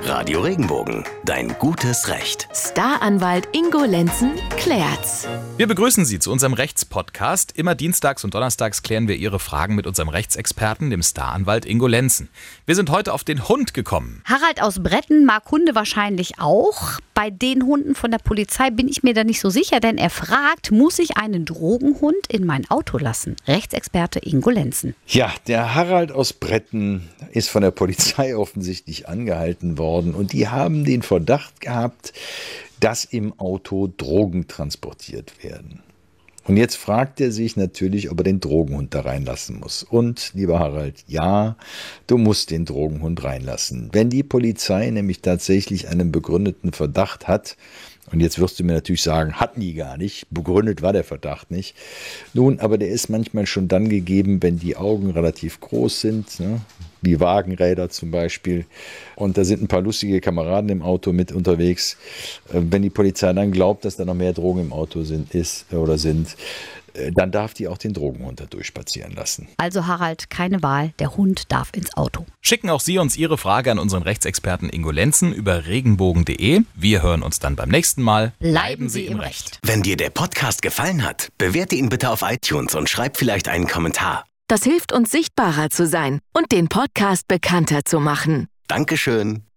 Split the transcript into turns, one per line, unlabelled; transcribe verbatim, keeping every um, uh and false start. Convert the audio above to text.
Radio Regenbogen, dein gutes Recht.
Staranwalt Ingo Lenzen klärt's.
Wir begrüßen Sie zu unserem Rechtspodcast. Immer dienstags und donnerstags klären wir Ihre Fragen mit unserem Rechtsexperten, dem Staranwalt Ingo Lenzen. Wir sind heute auf den Hund gekommen.
Harald aus Bretten mag Hunde wahrscheinlich auch. Bei den Hunden von der Polizei bin ich mir da nicht so sicher, denn er fragt, muss ich einen Drogenhund in mein Auto lassen? Rechtsexperte Ingo Lenzen.
Ja, der Harald aus Bretten ist von der Polizei offensichtlich angehalten worden und die haben den Verdacht gehabt, dass im Auto Drogen transportiert werden. Und jetzt fragt er sich natürlich, ob er den Drogenhund da reinlassen muss. Und, lieber Harald, ja, du musst den Drogenhund reinlassen. Wenn die Polizei nämlich tatsächlich einen begründeten Verdacht hat, und jetzt wirst du mir natürlich sagen, hatten die gar nicht, begründet war der Verdacht nicht. Nun, aber der ist manchmal schon dann gegeben, wenn die Augen relativ groß sind, ne? Wie Wagenräder zum Beispiel. Und da sind ein paar lustige Kameraden im Auto mit unterwegs. Wenn die Polizei dann glaubt, dass da noch mehr Drogen im Auto sind, ist oder sind, dann darf die auch den Drogenhund da durchspazieren lassen.
Also Harald, keine Wahl, der Hund darf ins Auto.
Schicken auch Sie uns Ihre Frage an unseren Rechtsexperten Ingo Lenzen über regenbogen punkt de. Wir hören uns dann beim nächsten Mal.
Bleiben Sie im Recht.
Wenn dir der Podcast gefallen hat, bewerte ihn bitte auf iTunes und schreib vielleicht einen Kommentar.
Das hilft uns, sichtbarer zu sein und den Podcast bekannter zu machen.
Dankeschön.